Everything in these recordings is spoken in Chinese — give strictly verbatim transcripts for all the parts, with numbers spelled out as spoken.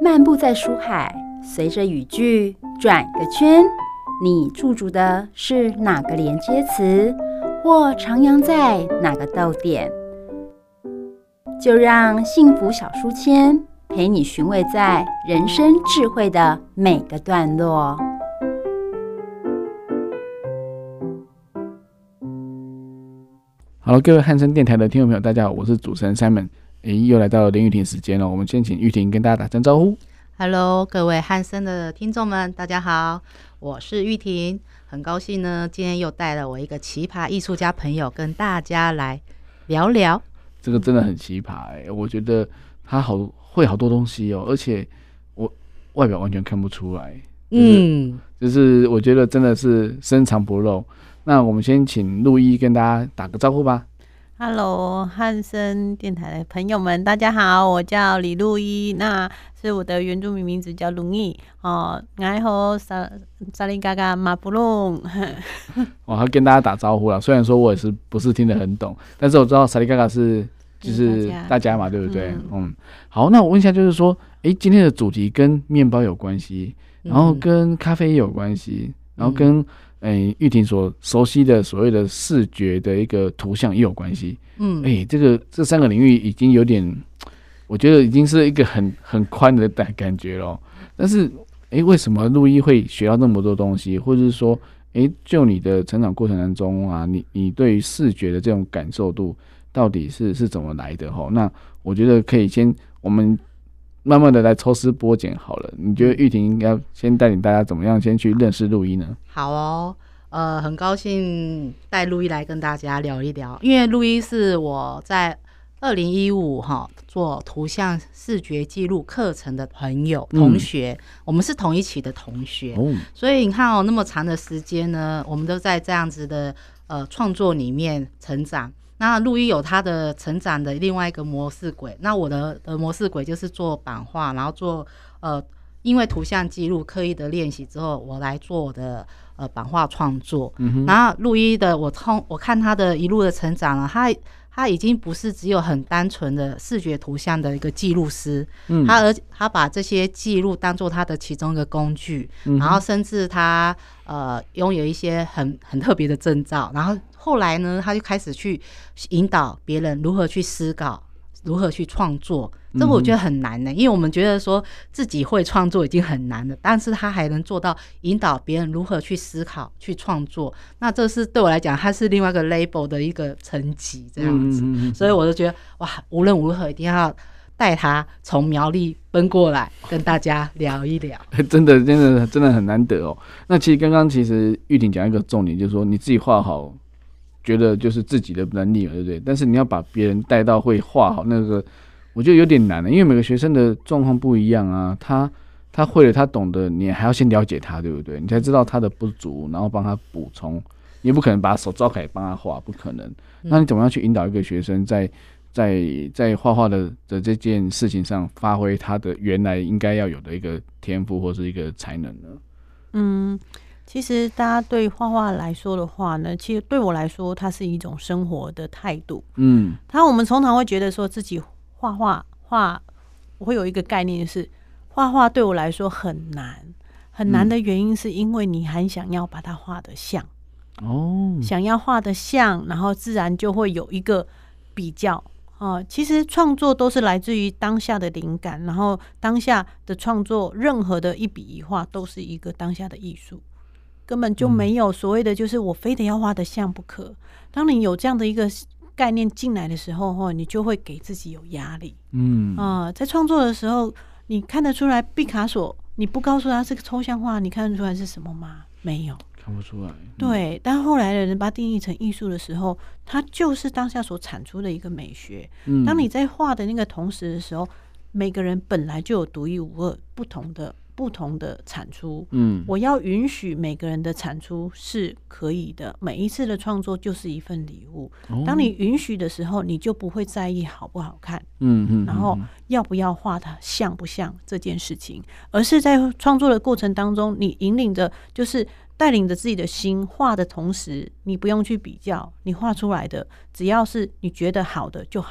漫步在书海，随着语句转个圈，你驻足的是哪个连接词，或徜徉在哪个逗点？就让幸福小书签陪你寻味在人生智慧的每个段落。 好了，各位汉声电台的听众朋友，大家好，我是主持人 Simon。诶，又来到了林玉婷时间了，我们先请玉婷跟大家打声招呼。 Hello， 各位汉声的听众们，大家好，我是玉婷，很高兴呢，今天又带了我一个奇葩艺术家朋友跟大家来聊聊。 这个真的很奇葩哎、欸，我觉得他好会好多东西哦，而且我外表完全看不出来。就是、嗯，就是我觉得真的是深藏不露。那我们先请陆一跟大家打个招呼吧。 Hello， 汉声电台的朋友们，大家好，我叫李陆一，那是我的原住民名字叫陆毅哦。爱好萨萨利嘎嘎马布隆。 我要跟大家打招呼了，虽然说我也是不是听得很懂，但是我知道萨利嘎嘎是就是大家嘛，对不对？嗯, 嗯，好，那我问一下，就是说，哎，今天的主题跟面包有关系，然后跟咖啡也有关系，嗯、然后跟诶，玉婷所熟悉的所谓的视觉的一个图像也有关系。嗯，诶，这个这三个领域已经有点，我觉得已经是一个很很宽的感觉了。但是，诶，为什么陆一会学到那么多东西，或者是说，诶，就你的成长过程当中啊，你你对于视觉的这种感受度到底是是怎么来的？哈，那我觉得可以先我们慢慢的来抽丝剥茧好了。你觉得玉婷应该先带领大家怎么样先去认识陆一呢？ 好哦，呃，很高兴带陆一来跟大家聊一聊，因为陆一是我在二零一五哈做图像视觉记录课程的朋友同学、嗯，我们是同一期的同学，哦、所以你看哦，那么长的时间呢，我们都在这样子的呃创作里面成长。那陆一有他的成长的另外一个模式轨，那我的的模式轨就是做版画，然后做呃，因为图像记录刻意的练习之后，我来做我的呃版画创作。嗯、然后陆一的我通我看他的一路的成长了，他他已经不是只有很单纯的视觉图像的一个记录师，嗯、他而他把这些记录当做他的其中一个工具，嗯、然后甚至他呃拥有一些很很特别的证照，然后。后来呢，他就开始去引导别人如何去思考，如何去创作。这个我觉得很难的、欸，因为我们觉得说自己会创作已经很难了，但是他还能做到引导别人如何去思考、去创作。那这是对我来讲，它是另外一个 label 的一个层级这样子。嗯嗯嗯，所以我就觉得哇，无论如何一定要带他从苗栗奔过来，跟大家聊一聊。 真的，真的，真的很难得哦。那其实刚刚其实玉婷讲一个重点，就是说你自己画好。觉得就是自己的能力嘛，对不对？但是你要把别人带到会画好那个，我觉得有点难了，因为每个学生的状况不一样啊。他他会了，他懂得，你还要先了解他，对不对？你才知道他的不足，然后帮他补充。你也不可能把手招开帮他画，不可能。那你怎么样去引导一个学生在在在画画的的这件事情上发挥他的原来应该要有的一个天赋或是一个才能呢？ 嗯。其实大家对画画来说的话呢，其实对我来说它是一种生活的态度。嗯，他我们通常会觉得说自己画画画，我会有一个概念是画画对我来说很难，很难的原因是因为你很想要把它画得像哦，想要画得像，然后自然就会有一个比较。哦，其实创作都是来自于当下的灵感，然后当下的创作，任何的一笔一画都是一个当下的艺术。根本就没有所谓的就是我非得要画得像不可。当你有这样的一个概念进来的时候，你就会给自己有压力。嗯啊、呃，在创作的时候，你看得出来毕卡索，你不告诉他是个抽象画，你看得出来是什么吗？没有， 看不出来。 对，但后来的人把它定义成艺术的时候，它就是当下所产出的一个美学。嗯，当你在画的那个同时的时候，每个人本来就有独一无二、不同的。不同的产出，嗯，我要允许每个人的产出是可以的。每一次的创作就是一份礼物。哦、当你允许的时候，你就不会在意好不好看，嗯嗯，然后要不要画它像不像这件事情，而是在创作的过程当中，你引领着，就是带领着自己的心画的同时，你不用去比较，你画出来的只要是你觉得好的就好。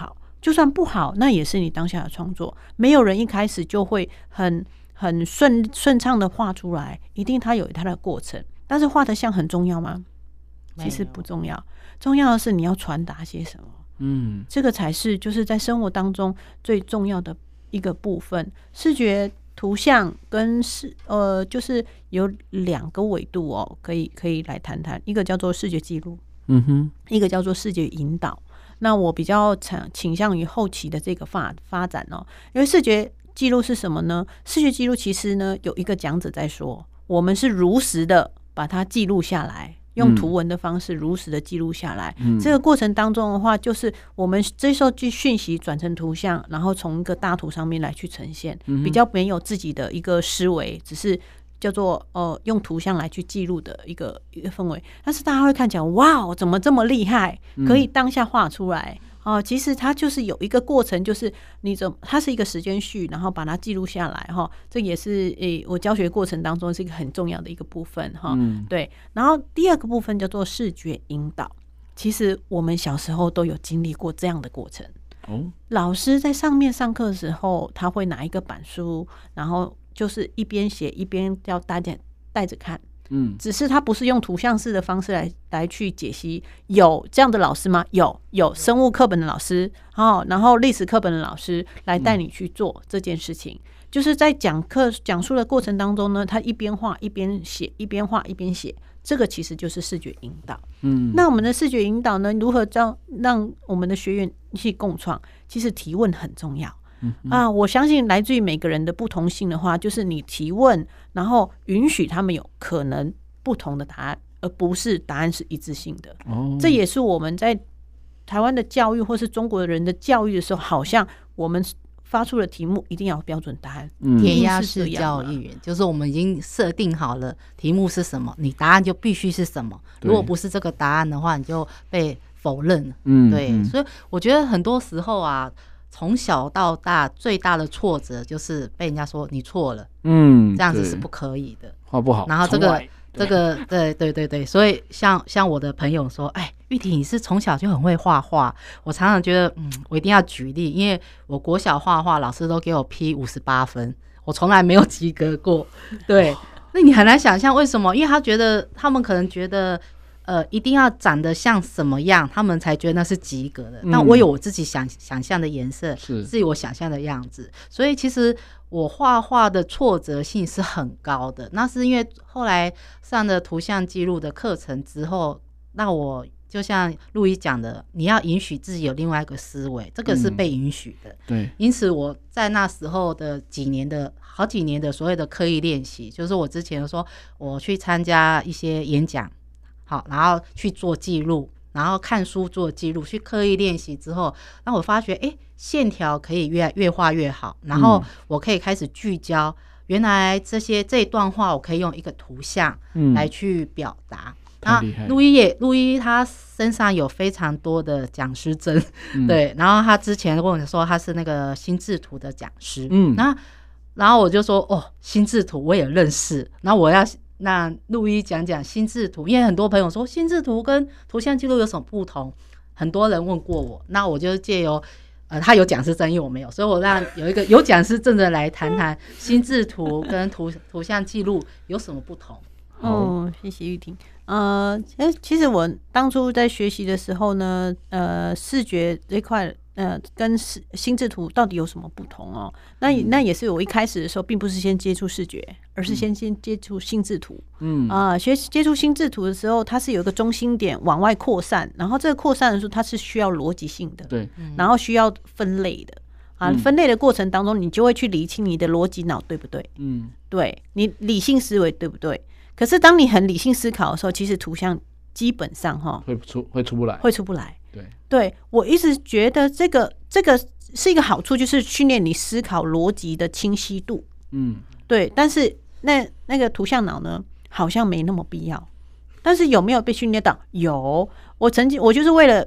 就算不好，那也是你当下的创作。没有人一开始就会很很顺顺畅的画出来，一定它有它的过程。但是画的像很重要吗？其实不重要，重要的是你要传达些什么。嗯，这个才是就是在生活当中最重要的一个部分。视觉图像跟视呃，就是有两个维度哦，可以可以来谈谈。一个叫做视觉记录，嗯哼，一个叫做视觉引导。那我比较倾向于后期的这个发发展哦，因为视觉记录是什么呢？视觉记录其实呢，有一个讲者在说，我们是如实的把它记录下来。用图文的方式如实的记录下来、嗯、这个过程当中的话，就是我们接受讯息转成图像，然后从一个大图上面来去呈现、嗯、比较没有自己的一个思维，只是叫做呃用图像来去记录的一个一个氛围。但是大家会看起来哇，怎么这么厉害，可以当下画出来、嗯哦，其实它就是有一个过程，就是你怎它是一个时间序，然后把它记录下来哈、哦，这也是诶、欸、我教学过程当中是一个很重要的一个部分哈、哦嗯。对，然后第二个部分叫做视觉引导，其实我们小时候都有经历过这样的过程。哦，老师在上面上课的时候，他会拿一个板书，然后就是一边写一边叫大家带着看。嗯，只是他不是用图像式的方式来来去解析。有这样的老师吗？有，有生物课本的老师，哦，然后历史课本的老师来带你去做这件事情。嗯、就是在讲课讲述的过程当中呢，他一边画一边写，一边画一边写，这个其实就是视觉引导。嗯，那我们的视觉引导呢，如何让让我们的学员一起共创？其实提问很重要。嗯、啊，我相信来自于每个人的不同性的话，就是你提问，然后允许他们有可能不同的答案，而不是答案是一致性的。哦，这也是我们在台湾的教育或是中国人的教育的时候，好像我们发出的题目一定要有标准答案， 填鸭式教育，就是我们已经设定好了题目是什么，你答案就必须是什么。如果不是这个答案的话，你就被否认。嗯，对，嗯、所以我觉得很多时候啊。从小到大最大的挫折就是被人家说你错了，嗯，这样子是不可以的， 画不好。 然后这个这个对对对对，所以像像我的朋友说，哎，玉婷你是从小就很会画画，我常常觉得，嗯，我一定要举例，因为我国小画画老师都给我批五十八分，我从来没有及格过。对，那你很难想象为什么？因为他觉得他们可能觉得。呃，一定要长得像什么样，他们才觉得那是及格的。但我有我自己想想象的颜色，是自己我想象的样子。所以其实我画画的挫折性是很高的。那是因为后来上了图像记录的课程之后，那我就像路易讲的，你要允许自己有另外一个思维，这个是被允许的。嗯、对，因此我在那时候的几年的好几年的所谓的刻意练习，就是我之前说我去参加一些演讲。好，然后去做记录，然后看书做记录，去刻意练习之后，那我发觉，哎，线条可以越越画越好，然后我可以开始聚焦，嗯、原来这些这一段话我可以用一个图像来去表达。那路易也，路易他身上有非常多的讲师证，嗯、对，然后他之前跟我说他是那个心智图的讲师，嗯，然后然后我就说，哦，心智图我也认识，然后我要。那路易讲讲心智图，因为很多朋友说心智图跟图像记录有什么不同，很多人问过我，那我就借由呃他有讲师证，因为我没有，所以我让有一个有讲师证的来谈谈心智图跟图图像记录有什么不同。 哦，谢谢玉婷。呃，其实我当初在学习的时候呢，呃，视觉这块。呃，跟心智图到底有什么不同哦？那那也是我一开始的时候，并不是先接触视觉，而是先先接触心智图。嗯啊、呃，学接触心智图的时候，它是有一个中心点往外扩散，然后这个扩散的时候，它是需要逻辑性的，对，然后需要分类的啊。嗯、分类的过程当中，你就会去理清你的逻辑脑对不对？嗯，对你理性思维对不对？可是当你很理性思考的时候，其实图像基本上哈会出会出不来， 会出不来。 对， 对我一直觉得这个这个是一个好处，就是训练你思考逻辑的清晰度。嗯，对。但是那那个图像脑呢，好像没那么必要。但是有没有被训练到？有。我曾经我就是为了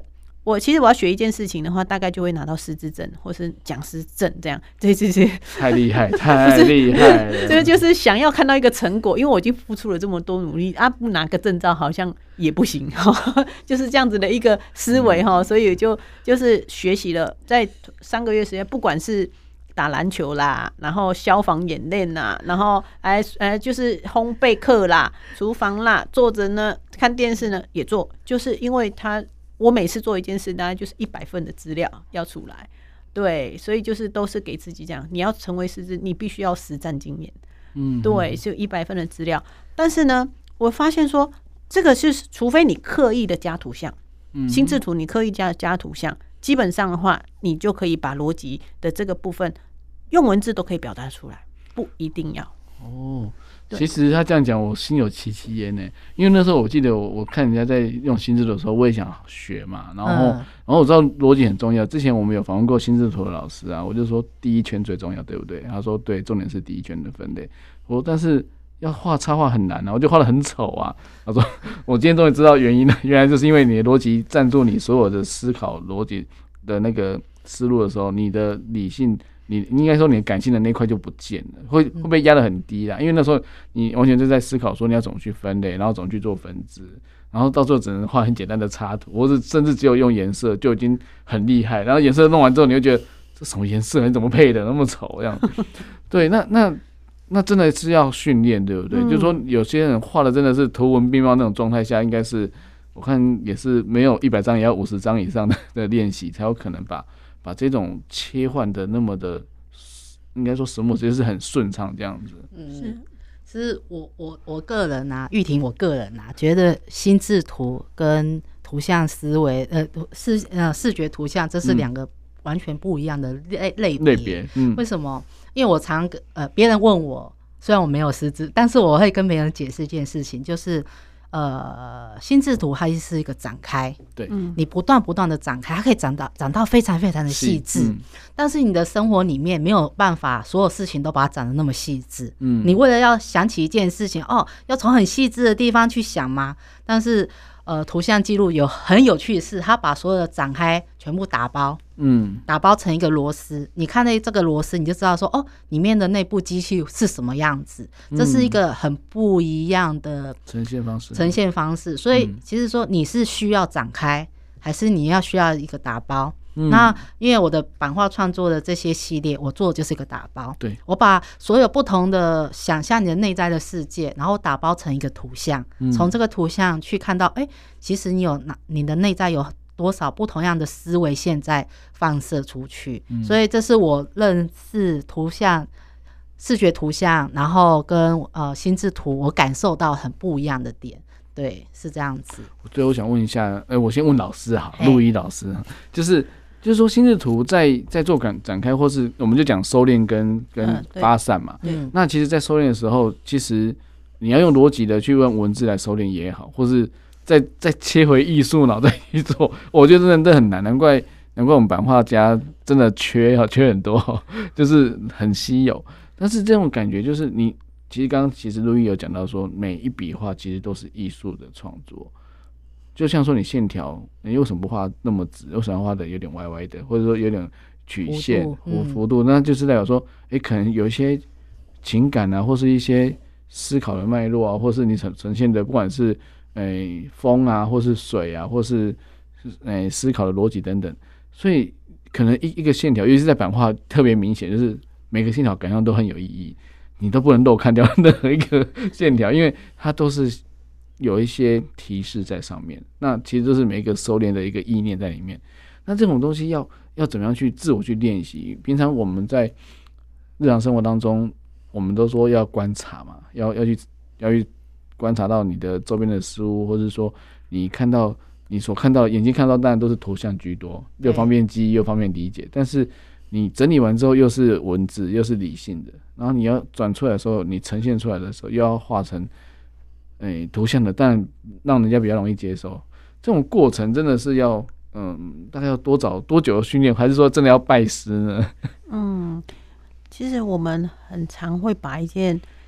我其实我要学一件事情的话，大概就会拿到师资证或是讲师证这样，这这些太厉害，太厉害了。 这就是想要看到一个成果，因为我已经付出了这么多努力啊，不拿个证照好像也不行哈，就是这样子的一个思维哈，所以就就是学习了，在三个月时间，不管是打篮球啦，然后消防演练啦，然后哎哎就是烘焙课啦、厨房啦，坐着呢看电视呢也做，就是因为他。我每次做一件事，大概就是一百份的资料要出来，对，所以就是都是给自己这样，你要成为师资，你必须要实战经验，嗯，对，是有一百份的资料。但是呢，我发现说，这个是除非你刻意的加图像，嗯，心智图你刻意加加图像，基本上的话，你就可以把逻辑的这个部分用文字都可以表达出来，不一定要哦。其实他这样讲，我心有戚戚焉呢。因为那时候我记得我我看人家在用心智图的时候，我也想学嘛。然后，嗯、然后我知道逻辑很重要。之前我们有访问过心智图的老师啊，我就说第一圈最重要，对不对？他说对，重点是第一圈的分类。我但是要画插画很难啊，我就画得很丑啊。他说我今天终于知道原因了，原来就是因为你的逻辑占住你所有的思考逻辑的那个思路的时候，你的理性。你应该说你的感性的那块就不见了，会会被压得很低啦，因为那时候你完全就在思考说你要怎么去分类，然后怎么去做分支，然后到最后只能画很简单的插图，或者甚至只有用颜色就已经很厉害，然后颜色弄完之后，你会觉得这什么颜色，你怎么配的那么丑这样？对，那那那真的是要训练，对不对？嗯、就是说有些人画的真的是图文并茂那种状态下，应该是我看也是没有一百张，也要五十张以上的的练习才有可能把。把这种切换的那么的，应该说石墨其实是很顺畅这样子。 嗯，是，是我我我个人啊，玉婷我个人啊，觉得心智图跟图像思维，呃，视呃视觉图像，这是两个完全不一样的类类别。类别，嗯，为什么？因为我常呃别人问我，虽然我没有师资，但是我会跟别人解释一件事情，就是。呃，心智图它是一个展开， 对， 你不断不断的展开，它可以展到展到非常非常的细致、嗯，但是你的生活里面没有办法所有事情都把它展得那么细致，嗯，你为了要想起一件事情，哦，要从很细致的地方去想吗？但是呃，图像记录有很有趣的是，它把所有的展开全部打包，嗯，打包成一个螺丝。你看到这个螺丝，你就知道说，哦，里面的内部机器是什么样子。这是一个很不一样的呈现方式。 呈现方式。所以，其实说你是需要展开，还是你要需要一个打包？嗯、那因为我的版画创作的这些系列，我做的就是一个打包。 对， 我把所有不同的想象你的内在的世界，然后打包成一个图像，从、嗯、这个图像去看到，哎、欸，其实你有你的内在有多少不同样的思维现在放射出去。嗯、所以这是我认识图像、视觉图像，然后跟呃心智图，我感受到很不一样的点。对，是这样子。 最后我想问一下，呃，我先问老师好，陆一老师，就是。就是说，心智图在在做展展开，或是我们就讲收敛跟跟发散嘛。嗯、那其实，在收敛的时候，其实你要用逻辑的去用文字来收敛也好，或是再再切回艺术脑再去做，我觉得真的很难。难怪难怪我们版画家真的缺哈缺很多，就是很稀有。但是这种感觉就是你，其实刚刚其实陆毅有讲到说，每一笔画其实都是艺术的创作。就像说你线条，你为什么不画那么直？为什么画的有点歪歪的，或者说有点曲线、弧幅度？那就是代表说，哎、欸，可能有一些情感啊，或是一些思考的脉络啊，或是你呈呈现的，不管是诶、欸、风啊，或是水啊，或是诶、欸、思考的逻辑等等，所以可能一一个线条，尤其是在版画特别明显，就是每个线条感上都很有意义，你都不能漏看掉任何一个线条，因为它都是。有一些提示在上面，那其实都是每一个收敛的一个意念在里面。那这种东西要要怎么样去自我去练习？平常我们在日常生活当中，我们都说要观察嘛，要要去要去观察到你的周边的事物，或者说你看到你所看到眼睛看到，当然都是图像居多，又方便记忆又方便理解。但是你整理完之后，又是文字，又是理性的，然后你要转出来的时候，你呈现出来的时候，又要画成。欸、图像的，但让人家比较容易接受。这种过程真的是要，嗯，大概要多早多久的训练，还是说真的要拜师呢？ 嗯，其实我们很常会把一件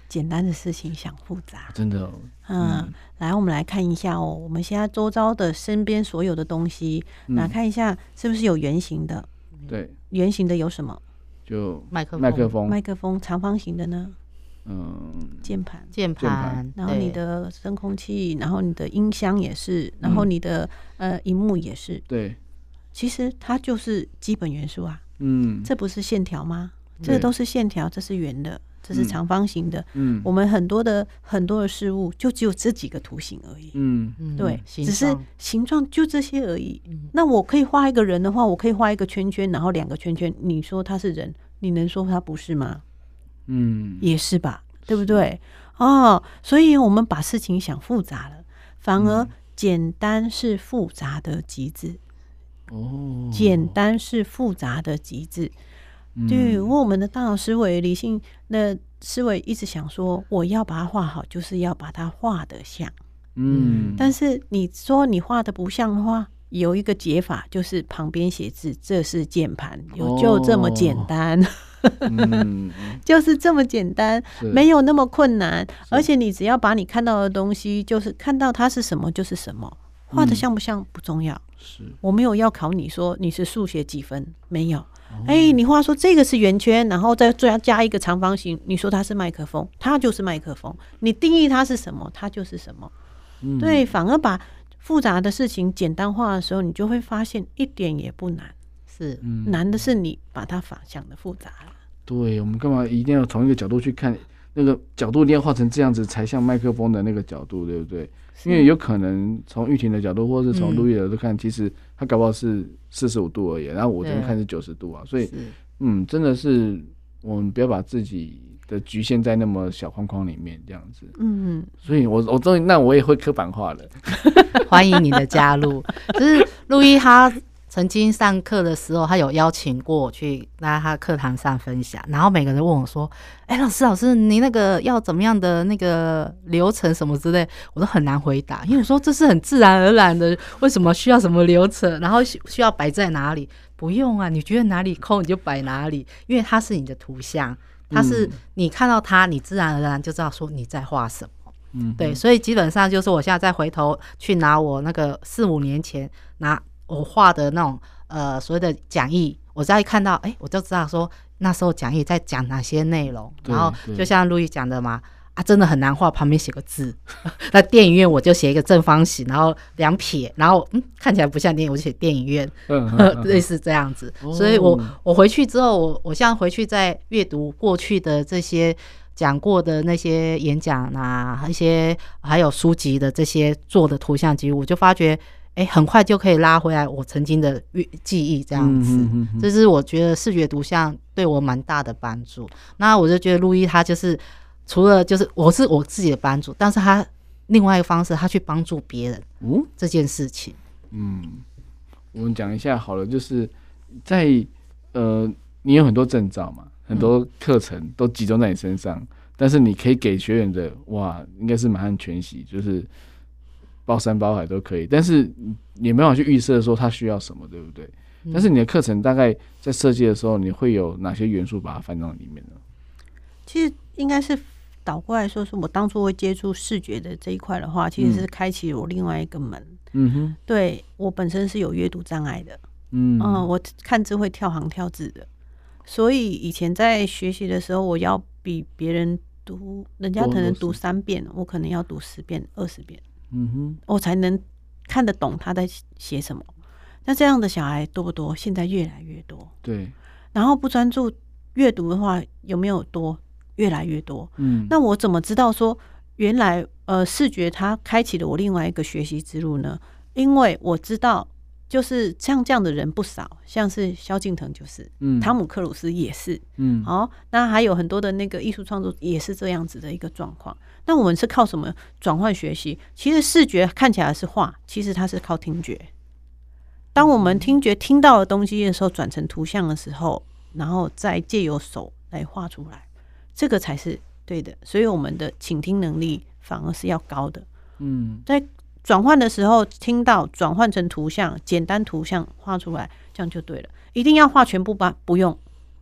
简单的事情想复杂， 真的、哦。 嗯，嗯来，我们来看一下哦，我们现在周遭的身边所有的东西，来、嗯、看一下是不是有圆形的？ 对， 圆形的有什么？ 就麦克麦克风， 麦克风。长方形的呢？ 嗯， 键盘， 键盘。 然后你的声控器，然后你的音箱也是，然后你的、嗯、呃荧幕也是。 对， 其实它就是基本元素啊。 嗯， 这不是线条吗？这都是线条，这是圆的。这是长方形的，嗯，我们很多的很多的事物就只有这几个图形而已，嗯，对，只是形状就这些而已。嗯、那我可以画一个人的话，我可以画一个圈圈，然后两个圈圈，你说他是人，你能说他不是吗？嗯，也是吧，对不对？哦，所以我们把事情想复杂了，反而简单是复杂的极致。哦，简单是复杂的极致。对于我们的大脑思维、理性的思维一直想说，我要把它画好，就是要把它画得像。嗯，但是你说你画的不像的话，有一个解法，就是旁边写字，这是键盘，有就这么简单。哦嗯、就是这么简单，没有那么困难。而且你只要把你看到的东西，就是看到它是什么就是什么，画的像不像不重要。是、嗯，我没有要考你说你是数学几分，没有。哎、欸，你话说这个是圆圈，然后再再加一个长方形，你说它是麦克风，它就是麦克风。你定义它是什么，它就是什么。嗯、对，反而把复杂的事情简单化的时候，你就会发现一点也不难。是，嗯、难的是你把它反想的复杂了。 对，我们干嘛一定要从一个角度去看？那个角度一定要画成这样子，才像麦克风的那个角度，对不对？因为有可能从玉婷的角度，或是从路易的角度看，嗯、其实他搞不好是四十五度而已，然后我这边看是九十度啊，所以，嗯，真的是我们不要把自己的局限在那么小框框里面，这样子。嗯，所以我我终于，那我也会刻板化了。 欢迎你的加入，就是路易他曾经上课的时候，他有邀请过我去在他课堂上分享，然后每个人问我说：“哎、欸，老师，老师，你那个要怎么样的那个流程什么之类？”我都很难回答，因为我说这是很自然而然的，为什么需要什么流程？然后需要摆在哪里？不用啊，你觉得哪里空你就摆哪里，因为它是你的图像，它是你看到它，你自然而然就知道说你在画什么。嗯，对，所以基本上就是我现在再回头去拿我那个四五年前拿我画的那种呃所谓的讲义，我再看到哎、欸，我就知道说那时候讲义在讲哪些内容，然后就像路易讲的嘛，啊，真的很难画，旁边写个字。那电影院我就写一个正方形，然后两撇，然后嗯看起来不像电影，我就写电影院，类似这样子。哦、所以我我回去之后，我我现在回去再阅读过去的这些讲过的那些演讲啊，一些还有书籍的这些做的图像记录，我就发觉。哎、欸，很快就可以拉回来我曾经的记忆，这样子，嗯、哼哼这是我觉得视觉图像对我蛮大的帮助。那我就觉得路易他就是除了就是我是我自己的帮助，但是他另外一个方式，他去帮助别人，嗯，这件事情。 嗯，我们讲一下好了，就是在呃，你有很多证照嘛，很多课程都集中在你身上，嗯、但是你可以给学员的哇，应该是满汉全席，就是。包山包海都可以，但是你没办法去预设说他需要什么，对不对？嗯、但是你的课程大概在设计的时候，你会有哪些元素把它放到里面呢？ 其实应该是倒过来说，是我当初会接触视觉的这一块的话，其实是开启我另外一个门。嗯哼，对我本身是有阅读障碍的，嗯嗯，我看字会跳行跳字的，所以以前在学习的时候，我要比别人读，人家可能读三遍，我可能要读十遍、二十遍。嗯哼，我才能看得懂他在写什么。那这样的小孩多不多？现在越来越多。 对。 然后不专注阅读的话，有没有多？越来越多。嗯。那我怎么知道说原来呃视觉它开启了我另外一个学习之路呢？因为我知道，就是像这样的人不少，像是萧敬腾就是，嗯，汤姆克鲁斯也是，嗯。好，那还有很多的那个艺术创作也是这样子的一个状况。那我们是靠什么转换学习？其实视觉看起来是画，其实它是靠听觉。当我们听觉听到的东西的时候，转成图像的时候，然后再借由手来画出来，这个才是对的。所以我们的倾听能力反而是要高的。嗯，在转换的时候，听到转换成图像，简单图像画出来，这样就对了。一定要画全部吧？不用。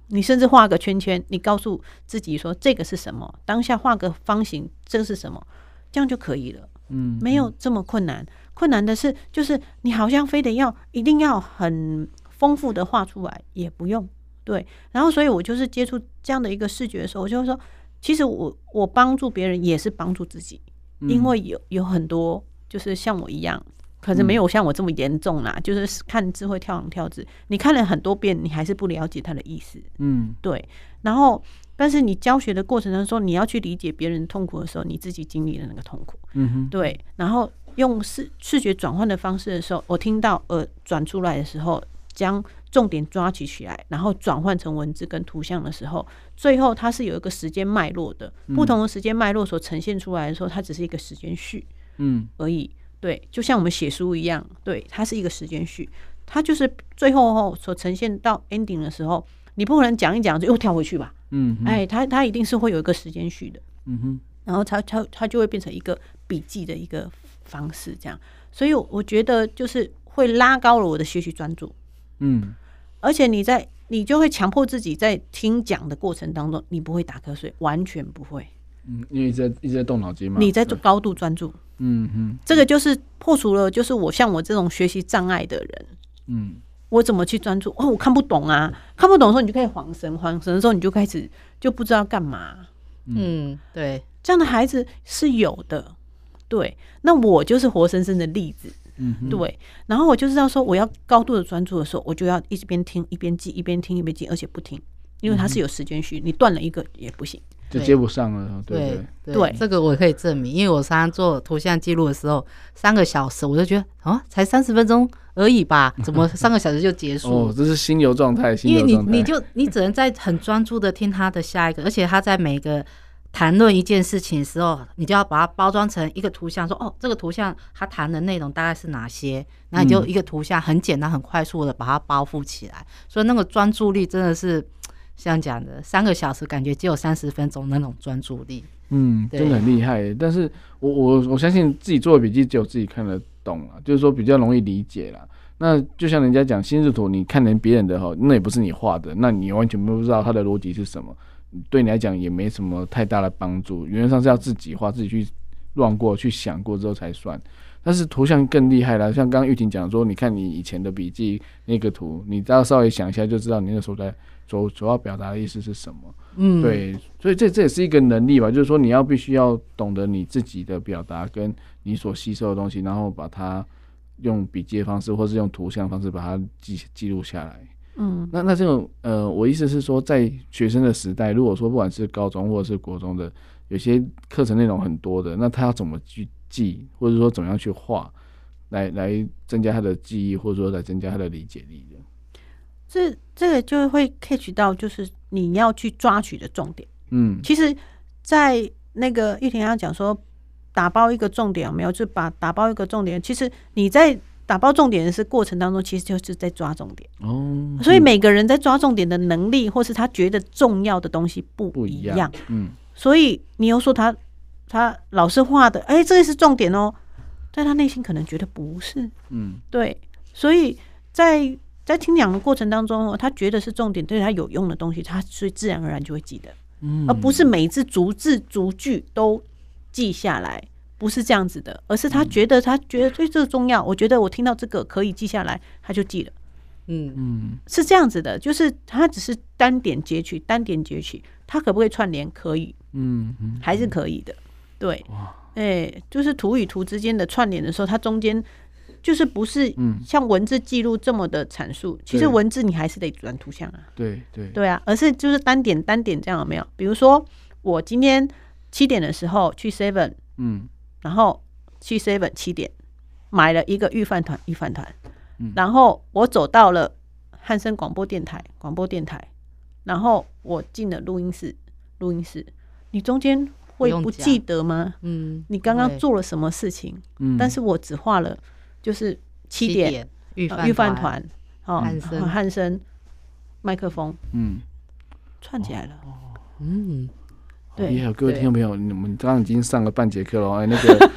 你甚至画个圈圈，你告诉自己说这个是什么，当下画个方形，这是什么，这样就可以了。嗯，没有这么困难。困难的是，就是你好像非得要一定要很丰富的画出来，也不用。对，然后所以我就是接触这样的一个视觉的时候，我就会说，其实我我帮助别人也是帮助自己，嗯、因为有有很多就是像我一样。可是没有像我这么严重啦、嗯，就是看智慧跳行跳字，你看了很多遍，你还是不了解它的意思。嗯，对。然后，但是你教学的过程当中，你要去理解别人痛苦的时候，你自己经历了那个痛苦。嗯哼，对。然后用视视觉转换的方式的时候，我听到呃转出来的时候，将重点抓取起来，然后转换成文字跟图像的时候，最后它是有一个时间脉络的，不同的时间脉络所呈现出来的时候，它只是一个时间序，嗯而已。对，就像我们写书一样，对，它是一个时间序，它就是最后所呈现到 ending 的时候，你不可能讲一讲就又跳回去吧，嗯，哎，它它一定是会有一个时间序的，嗯哼，然后它它它就会变成一个笔记的一个方式，这样，所以我觉得就是会拉高了我的学习专注，嗯，而且你在你就会强迫自己在听讲的过程当中，你不会打瞌睡，完全不会。 嗯，因为一直在一直在动脑筋嘛， 你在高度专注，嗯哼，这个就是破除了，就是我像我这种学习障碍的人，嗯，我怎么去专注？哦，我看不懂啊，看不懂的时候你就可以晃神，晃神的时候你就开始就不知道干嘛， 嗯，对， 这样的孩子是有的，对，那我就是活生生的例子，嗯，对，然后我就知道说我要高度的专注的时候，我就要一边听一边记，一边听一边记，而且不听，因为它是有时间序，你断了一个也不行。 就接不上了，对对对, 对, 对，这个我可以证明，因为我常常做图像记录的时候，三个小时我就觉得啊，才三十分钟而已吧，怎么三个小时就结束？ 哦，这是心流状态，心流状态。 因为你你就你只能在很专注的听他的下一个，而且他在每个谈论一件事情的时候，你就要把它包装成一个图像，说哦，这个图像他谈的内容大概是哪些，然后你就一个图像很简单、很快速的把它包覆起来，所以那个专注力真的是。像讲的三个小时，感觉只有三十分钟那种专注力， 嗯，真的很厉害。但是我我我相信自己做的笔记只有自己看得懂了，就是说比较容易理解啦。那就像人家讲心智图，你看人别人的哈，那也不是你画的，那你完全不知道它的逻辑是什么，对你来讲也没什么太大的帮助。原则上是要自己画，自己去乱过、去想过之后才算。但是图像更厉害啦，像刚刚玉婷讲说，你看你以前的笔记那个图，你只要稍微想一下就知道你那时候在。所所要表达的意思是什么？嗯，对，所以这这也是一个能力吧，就是说你要必须要懂得你自己的表达跟你所吸收的东西，然后把它用笔记的方式，或是用图像的方式把它记记录下来。嗯，那那这种呃，我意思是说，在学生的时代，如果说不管是高中或者是国中的，有些课程内容很多的，那他要怎么去记，或者说怎么样去画，来来增加他的记忆，或者说来增加他的理解力的。 这这个就会 catch 到，就是你要去抓取的重点。嗯，其实，在那个玉婷要讲说，打包一个重点有没有？就把打包一个重点，其实你在打包重点的是过程当中，其实就是在抓重点。哦，所以每个人在抓重点的能力，或是他觉得重要的东西不一样。嗯，所以你又说他他老师画的，哎、欸，这个是重点哦，但他内心可能觉得不是。嗯，对，所以在。在听讲的过程当中，他觉得是重点，对他有用的东西，他所以自然而然就会记得，嗯，而不是每次逐字逐句都记下来，不是这样子的，而是他觉得他觉得对这个重要，我觉得我听到这个可以记下来，他就记了，嗯嗯，是这样子的，就是他只是单点截取，单点截取，他可不可以串联？可以，嗯嗯，还是可以的，对，哎、欸，就是图与图之间的串联的时候，它中间。就是不是像文字记录这么的阐述、嗯，其实文字你还是得转图像啊。 对对对啊，而是就是单点单点这样有没有？比如说我今天七点的时候去 seven， 嗯，然后去 seven 七点买了一个御饭团，御饭团，嗯，然后我走到了汉声广播电台，广播电台，然后我进了录音室，录音室，你中间会不记得吗？嗯，你刚刚做了什么事情？嗯，但是我只画了。就是七点御饭团，哦，汉声麦克风，嗯，串起来了，哦、嗯，对， 各位听众朋友，你们刚刚已经上了半节课了，哎，那个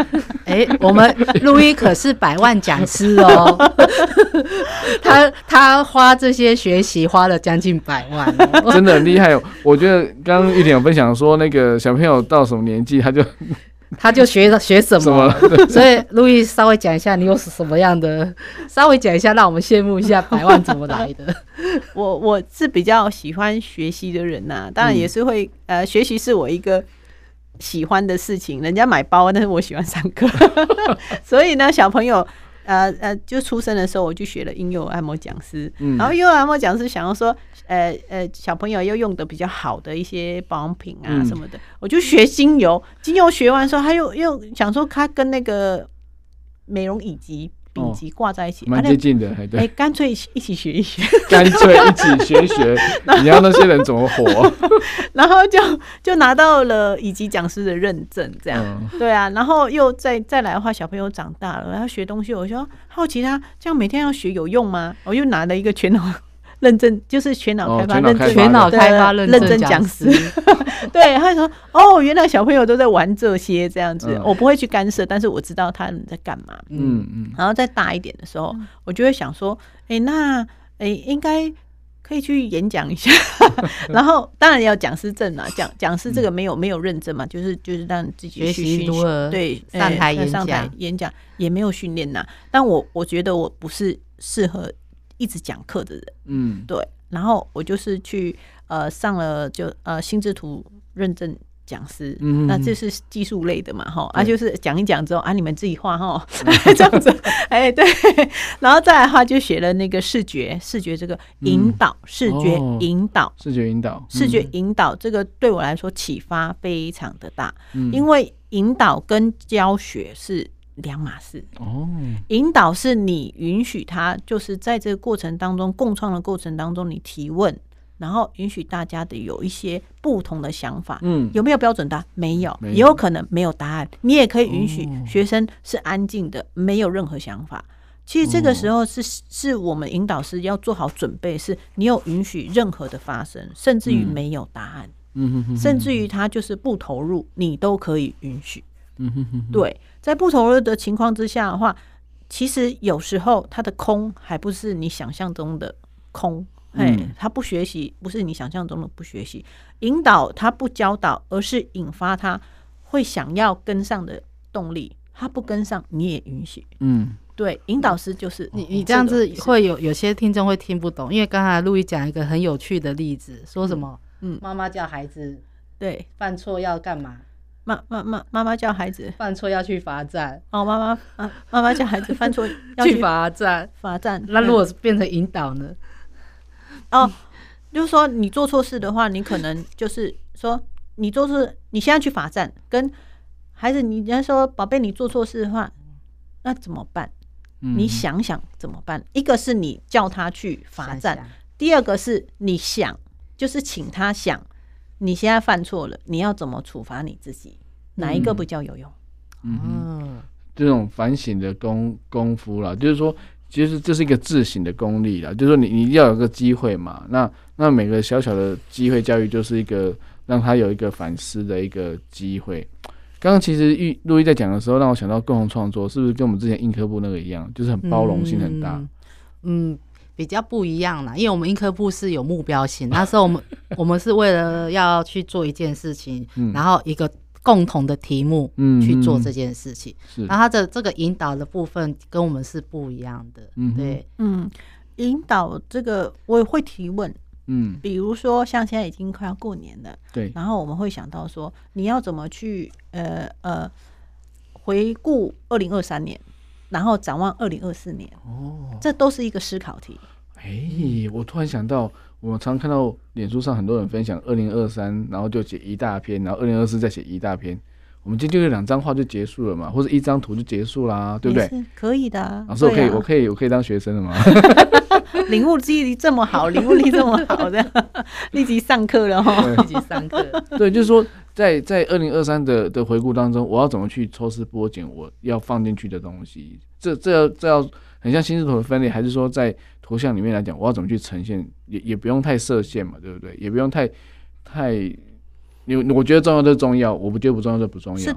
哎、欸，我们路易可是百万讲师哦，他他花这些学习花了将近百万、哦， 真的很厉害、哦。我觉得刚刚玉婷有分享说，那个小朋友到什么年纪他就他就学学什么，什么所以路易稍微讲一下，你有什么样的，稍微讲一下，让我们羡慕一下百万怎么来的。 我我是比较喜欢学习的人呐、啊，当然也是会、嗯、呃，学习是我一个喜欢的事情，人家买包，但是我喜欢上课，所以呢，小朋友呃呃，就出生的时候我就学了婴幼儿按摩讲师、嗯，然后婴幼儿按摩讲师想要说，呃呃，小朋友要用的比较好的一些保养品啊什么的，嗯、我就学精油，精油学完之后，他又又想说，他跟那个美容乙级。丙级挂在一起， 蛮、哦、接近的，对， 哎，干脆一起学一学， 干脆一起学一学，你要那些人怎么活？ 然后就就拿到了乙级讲师的认证，这样、嗯，对啊，然后又再再来的话，小朋友长大了，要学东西，我说好奇他这样每天要学有用吗？我又拿了一个全脑认证，就是全脑开发认证， 全脑开发认证讲师。对，他说哦，原来小朋友都在玩这些这样子、嗯，我不会去干涉，但是我知道他们在干嘛。嗯嗯。然后再大一点的时候，嗯、我就会想说，哎、欸，那哎、欸、应该可以去演讲一下。然后当然要讲师证嘛，讲讲师这个没有没有认证嘛，就是就是让自己学习如何对上台演讲， 上台演讲也没有训练呐。但我我觉得我不是适合一直讲课的人，嗯，对。然后我就是去呃上了就呃心智图认证讲师、嗯，那这是技术类的嘛，哈，啊就是讲一讲之后啊，你们自己画哈，这样子，哎对，然后再来的话就学了那个视觉视觉这个引导，嗯、视觉引导、哦， 视觉引导， 视觉引导这个对我来说启发非常的大，嗯、因为引导跟教学是两码事哦，引导是你允许他，就是在这个过程当中共创的过程当中，你提问，然后允许大家的有一些不同的想法。嗯，有没有标准答案？没有，也有可能没有答案。你也可以允许学生是安静的，没有任何想法。其实这个时候是是我们引导师要做好准备，是你有允许任何的发生，甚至于没有答案，嗯，甚至于他就是不投入，你都可以允许。嗯哼哼，对，在不投入的情况之下的话，其实有时候他的空还不是你想象中的空，嗯，他不学习不是你想象中的不学习，引导他不教导，而是引发他会想要跟上的动力，他不跟上你也允许，嗯，对，引导师就是你，你这样子会有有些听众会听不懂，因为刚才路易讲一个很有趣的例子，说什么，嗯，妈妈叫孩子对犯错要干嘛？ 妈妈妈妈妈叫孩子犯错要去罚站哦，妈妈妈妈妈叫孩子犯错要去罚站罚站。 那如果变成引导呢？ 哦，就是说你做错事的话，你可能就是说你做错，你现在去罚站，跟孩子你人家说宝贝你做错事的话，那怎么办？嗯、你想想怎么办？一个是你叫他去罚站，想想第二个是你想，就是请他想。你现在犯错了，你要怎么处罚你自己？哪一个比较有用？ 嗯，嗯这种反省的功功夫啦，就是说，其实这是一个自省的功力啦。就是说你，你你要有个机会嘛。那那每个小小的机会教育，就是一个让他有一个反思的一个机会。刚刚其实玉路易在讲的时候，让我想到共同创作，是不是跟我们之前印科部那个一样，就是很包容性很大？ 嗯。嗯比较不一样啦，因为我们印科部是有目标性，那时候我们我们是为了要去做一件事情，嗯、然后一个共同的题目去做这件事情，嗯、然后它的这个引导的部分跟我们是不一样的，嗯、对， 嗯，引导这个我也会提问，嗯，比如说像现在已经快要过年了，对，然后我们会想到说你要怎么去呃呃回顾二零二三年。然后展望二零二四年，哦，这都是一个思考题。 哎、欸，我突然想到，我常看到脸书上很多人分享二零二三，然后就写一大篇，然后二零二四再写一大篇。我们今天就有两张画就结束了嘛，或者一张图就结束啦，对不对？ 可以的、啊。 老师，我可以，啊、我可以，我可以当学生了吗？ 领悟力这么好，领悟力这么好的，立即上课了哈， 立即上课。 对，就是说，在在二零二三的的回顾当中，我要怎么去抽丝剥茧，我要放进去的东西，这这要这要很像心智图的分类，还是说在图像里面来讲，我要怎么去呈现，也也不用太设限嘛，对不对？也不用太太，你我觉得重要就重要，我不觉得不重要就不重要。 是的。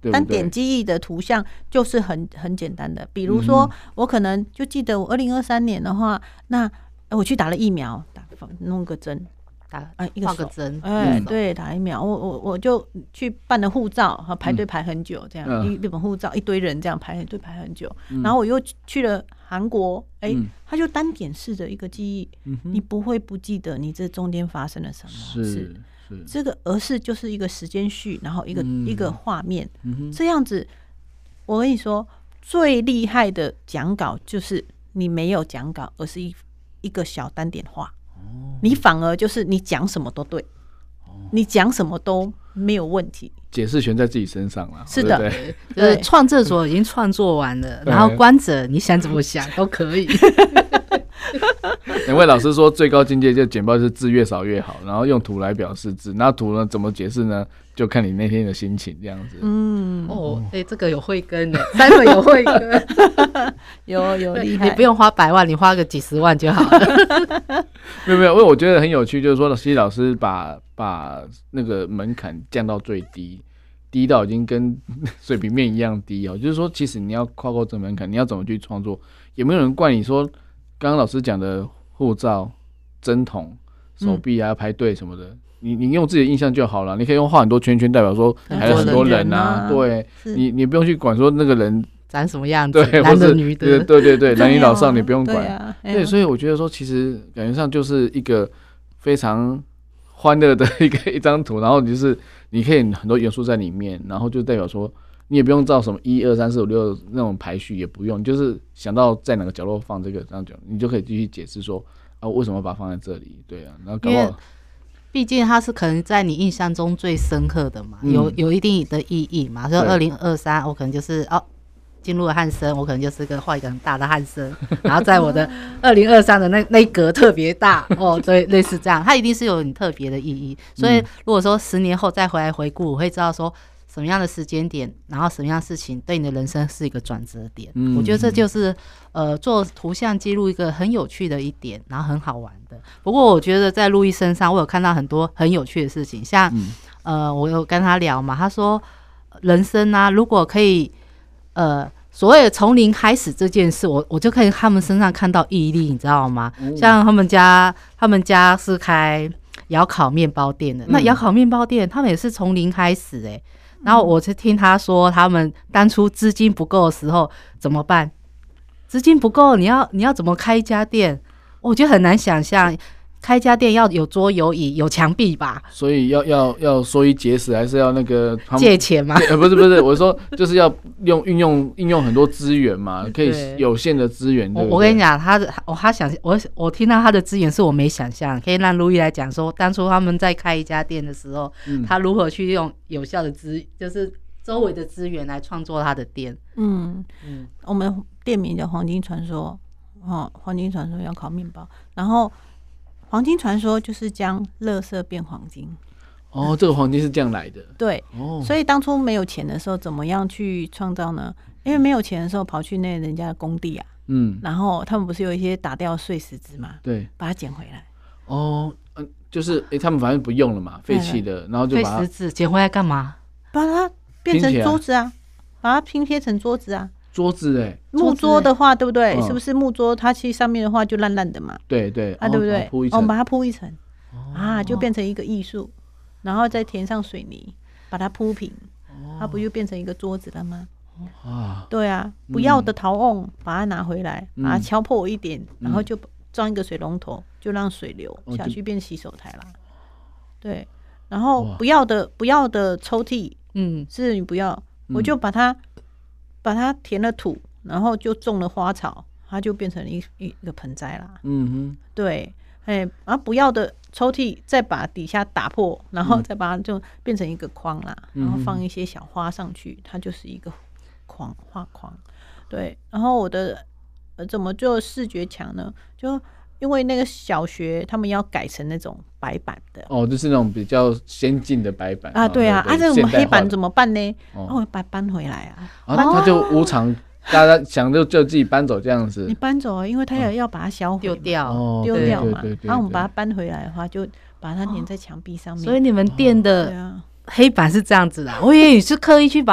对对单点记忆的图像就是很很简单的。比如说，我可能就记得我二零二三年的话，那我去打了疫苗，打弄个针。 打啊，一个个针， 哎，对，打疫苗，我我我就去办了护照，排队排很久，这样、嗯、一日本护照一堆人这样排队排很久，嗯、然后我又去了韩国，哎、欸，它、嗯、就单点式的一个记忆、嗯，你不会不记得你这中间发生了什么事，是是这个，而是就是一个时间序，然后一个、嗯、一个画面、嗯，这样子，我跟你说，最厉害的讲稿就是你没有讲稿，而是一一个小单点画。你反而就是你讲什么都对，你讲什么都没有问题， 解释权在自己身上了。 是的， 对对就是创作者已经创作完了，然后观者你想怎么想都可以。 两位老师说最高境界就简报是字越少越好，然后用图来表示字，那图呢怎么解释呢？就看你那天的心情这样子。 嗯，哦，哎、欸，这个有慧根的，三个有慧根， 有有厉害。 你不用花百万，你花个几十万就好了。 没有没有，因为我觉得很有趣，就是说，其实老师把把那个门槛降到最低，低到已经跟水平面一样低哦。就是说，其实你要跨过这门槛，你要怎么去创作？有没有人怪你说，刚刚老师讲的护照、针筒、手臂还要排队什么的？嗯，你你用自己的印象就好了，你可以用画很多圈圈，代表说还有很多人啊，对，你你不用去管说那个人长什么样子， 对， 男的女的， 对对对对，男女老少你不用管， 对啊， 对，所以我觉得说，其实感觉上就是一个非常欢乐的一个一张图，然后就是你可以很多元素在里面，然后就代表说你也不用照什么一二三四五六那种排序，也不用，就是想到在哪个角落放这个这样讲，你就可以继续解释说啊为什么把它放在这里，对啊，然后搞不好。 毕竟它是可能在你印象中最深刻的嘛，嗯、有有一定的意义嘛。所以二零二三，我可能就是哦进入了汉生，我可能就是个画一个很大的汉生，然后在我的二零二三的那那一格特别大哦，对，类似这样，它一定是有很特别的意义。所以如果说十年后再回来回顾，我会知道说什么样的时间点，然后什么样的事情对你的人生是一个转折点。嗯、我觉得这就是呃做图像记录一个很有趣的一点，然后很好玩的。不过我觉得在路易身上，我有看到很多很有趣的事情，像、嗯、呃，我有跟他聊嘛，他说人生啊，如果可以呃所谓的从零开始这件事，我我就可以他们身上看到毅力，你知道吗？嗯、像他们家，他们家是开窑烤面包店的，嗯、那窑烤面包店他们也是从零开始哎、欸。然后我就听他说，他们当初资金不够的时候怎么办？资金不够，你要你要怎么开一家店？我觉得很难想象，开一家店要有桌有椅有墙壁吧？ 所以要要要缩衣节食，还是要那个借钱吗？ 呃，不是不是，我说就是要用运用运用很多资源嘛，可以有限的资源。 我我跟你讲，他的我他想我我听到他的资源是我没想象，可以让路易来讲说，当初他们在开一家店的时候，嗯、他如何去用有效的资，就是周围的资源来创作他的店。嗯嗯，我们店名叫黄金传说。哦，黄金传说要烤面包，然后黄金传说就是将垃圾变黄金。 哦，这个黄金是这样来的。 对，哦，所以当初没有钱的时候，怎么样去创造呢？因为没有钱的时候，跑去那人家的工地啊，嗯，然后他们不是有一些打掉碎石子嘛， 对， 把它捡回来。 哦，嗯，就是哎、欸，他们反正不用了嘛，废弃的，然后就把它碎石子捡回来干嘛？ 把它变成桌子啊，把它拼贴成桌子啊。 桌子哎、欸， 木桌的话，对不对？嗯、是不是木桌？它其实上面的话就烂烂的嘛。 对对啊，对不对？ 哦，我们把它铺一层、哦，啊，就变成一个艺术，然后再填上水泥，把它铺平，哦、它不就变成一个桌子了吗？啊，对啊，不要的陶瓮，把它拿回来，嗯、把它敲破一点，然后就装一个水龙头，就让水流下去，变洗手台啦。对，然后不要的不要的抽屉，嗯，是你不要，我就把它。把它填了土，然后就种了花草，它就变成一一个盆栽啦。嗯哼，对，哎，然后不要的抽屉再把底下打破，然后再把它就变成一个框啦，嗯、然后放一些小花上去，它就是一个框画框。对，然后我的呃怎么就视觉墙呢？就因为那个小学他们要改成那种白板的哦，就是那种比较先进的白板啊，对啊，啊，这我们黑板怎么办呢？哦，我把它搬回来啊， 啊，他就无偿，大家想就就自己搬走这样子。 你搬走啊，因为他也要把它销毁丢掉， 丢掉嘛。然后我们把它搬回来的话，就把它粘在墙壁上面。 所以你们店的黑板是这样子的，我以为你是刻意去把它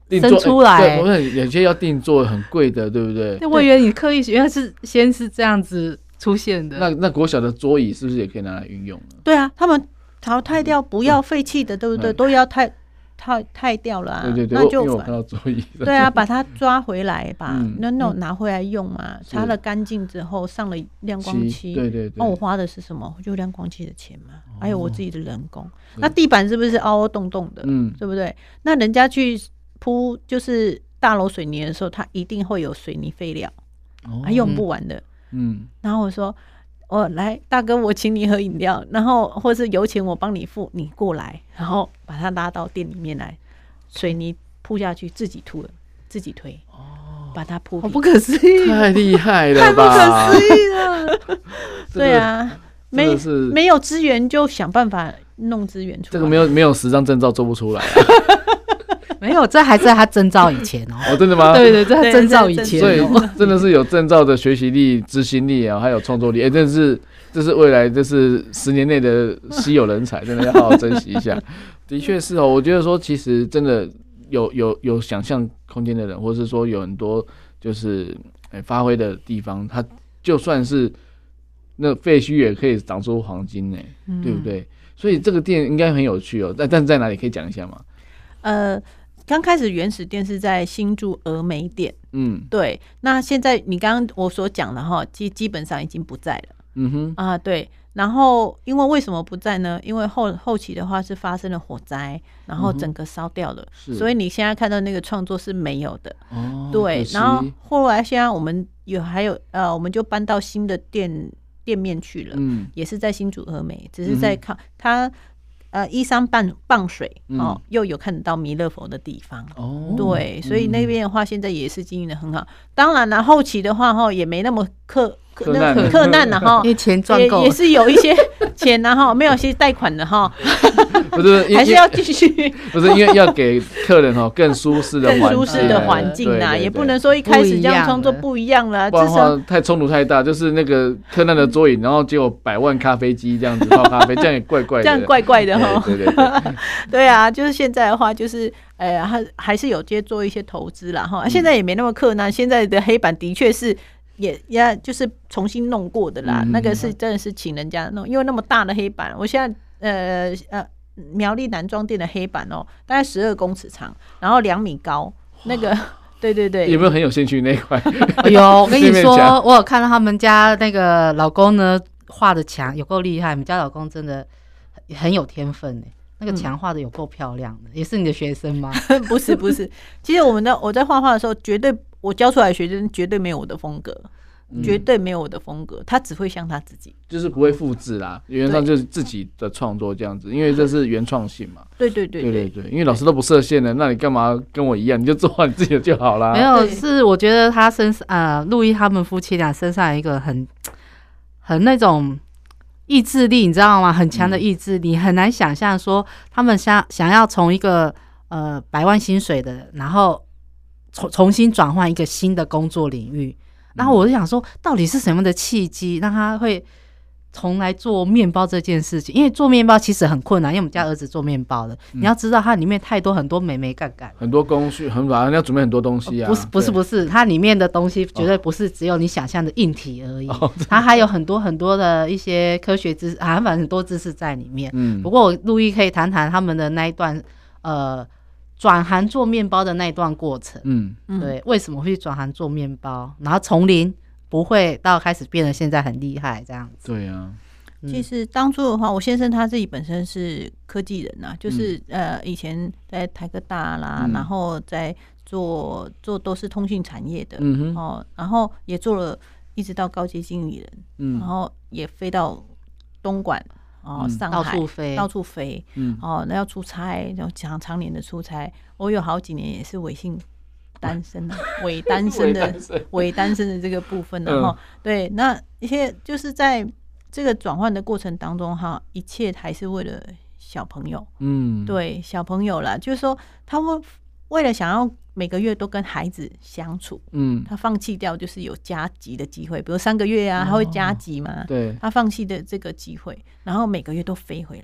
生出来、 欸、对，我们有些要定做很贵的，对不对？ 对，我以为你刻意原来是先是这样子出现的。 那那国小的桌椅是不是也可以拿来运用呢？ 对啊，他们淘汰掉不要废弃的，对不对？嗯、都要汰汰汰掉了、啊。 对对对， 那就因为我看到桌椅。 对啊，把它抓回来吧，嗯、那那种拿回来用嘛，擦了干净之后上了亮光漆。对对对。那、哦、我花的是什么？就亮光漆的钱嘛，哦、还有我自己的人工。那地板是不是凹凹洞洞的？嗯，对不对？那人家去铺就是大楼水泥的时候，它一定会有水泥废料，哦、还用不完的。嗯，然后我说，我来大哥，我请你喝饮料，然后或是油钱我帮你付，你过来，然后把它拉到店里面来，水泥铺下去，自己涂了，自己推，哦，把它铺平。 好不可思议， 太厉害了吧， 太不可思议了。 对啊，没没有资源就想办法弄资源出来， 这个没有没有十张证照做不出来、啊。 没有，这还在他证照以前哦。 哦，真的吗？ 对对，在他证照以前、哦， 所以真的是有证照的学习力、执行力啊，还有创作力。哎、欸，真的是，这是未来，这是十年内的稀有人才，真的要好好珍惜一下。的确是哦，我觉得说，其实真的有有有想象空间的人，或是说有很多就是哎发挥的地方，他就算是那废墟也可以长出黄金哎、嗯，对不对？所以这个店应该很有趣哦。但但是在哪里可以讲一下吗？ 呃。刚开始原始店是在新竹峨眉店，嗯，对。那现在你刚刚我所讲的哈，基基本上已经不在了，嗯哼啊，对。然后因为为什么不在呢？因为后后期的话是发生了火灾，然后整个烧掉了、嗯，所以你现在看到那个创作是没有的，哦，对。然后后来现在我们有还有呃，我们就搬到新的店店面去了，嗯，也是在新竹峨眉，只是在靠、嗯、它。呃，依山傍傍水哦、嗯，又有看得到弥勒佛的地方哦，对，所以那边的话，现在也是经营的很好。当然了，后期的话哈，也没那么克克难克难了哈， 因为钱赚够了， 也也是有一些钱然后没有些贷款的哈， 不是还是要继续， 不是因为要给客人哈更舒适的更舒适的环境啦，也不能说一开始这样创作不一样了， 不然的话太冲突太大，就是那个客难的桌椅，然后结果百万咖啡机这样子泡咖啡，这样也怪怪的， 这样怪怪的哈， 对对对对， 对啊，就是现在的话就是。呃，还还是有接做一些投资啦哈、嗯，现在也没那么困难。现在的黑板的确是也也就是重新弄过的啦，嗯、那个是真的是请人家弄，因为那么大的黑板，我现在呃呃苗栗南庄店的黑板哦，大概十二公尺长，然后两米高，那个对对对， 有没有很有兴趣那一块？ 哎呦，我跟你说，我有看到他们家那个老公呢画的墙有够厉害，我们家老公真的很有天分哎。那个墙画的有够漂亮的、嗯，也是你的学生吗？ 不是不是，其实我们的我在画画的时候，绝对我教出来的学生绝对没有我的风格、嗯，绝对没有我的风格，他只会像他自己， 就是不会复制啦，原则上就是自己的创作这样子，因为这是原创性嘛。 对对对对, 对对对，因为老师都不设限的，那你干嘛跟我一样？你就做好你自己的就好啦。 没有，是我觉得他身上呃，路易他们夫妻俩身上有一个很很那种。意志力你知道吗？很强的意志力、嗯、很难想象说他们想想要从一个呃百万薪水的，然后重重新转换一个新的工作领域。然后我就想说，到底是什么的契机让他会重来做面包这件事情？因为做面包其实很困难，因为我们家儿子做面包的、嗯，你要知道它里面太多很多美美干干， 很多工序很麻烦，要准备很多东西啊。 不是不是不是，它里面的东西绝对不是只有你想象的硬体而已，哦、它还有很多很多的一些科学知识，啊，反正很多知识在里面。嗯，不过我路易可以谈谈他们的那一段呃转行做面包的那一段过程。嗯，对，为什么会转行做面包，然后从零。不会到开始变得现在很厉害这样子。 对啊， 其实当初的话，我先生他自己本身是科技人啊，就是、嗯、呃以前在台科大啦，嗯、然后在做做都是通讯产业的，嗯哦，然后也做了一直到高阶经理人，嗯，然后也飞到东莞哦、嗯、上海， 到处飞， 到处飞，嗯哦，那要出差，然后常常年的出差，我有好几年也是微信。单身啊，伪单身的伪单身的这个部分然后、嗯、对，那一些就是在这个转换的过程当中哈，一切还是为了小朋友，嗯，对，小朋友啦，就是说他们为了想要每个月都跟孩子相处，嗯，他放弃掉就是有加级的机会，比如三个月啊，他会加级嘛，对、哦，他放弃的这个机会，然后每个月都飞回来。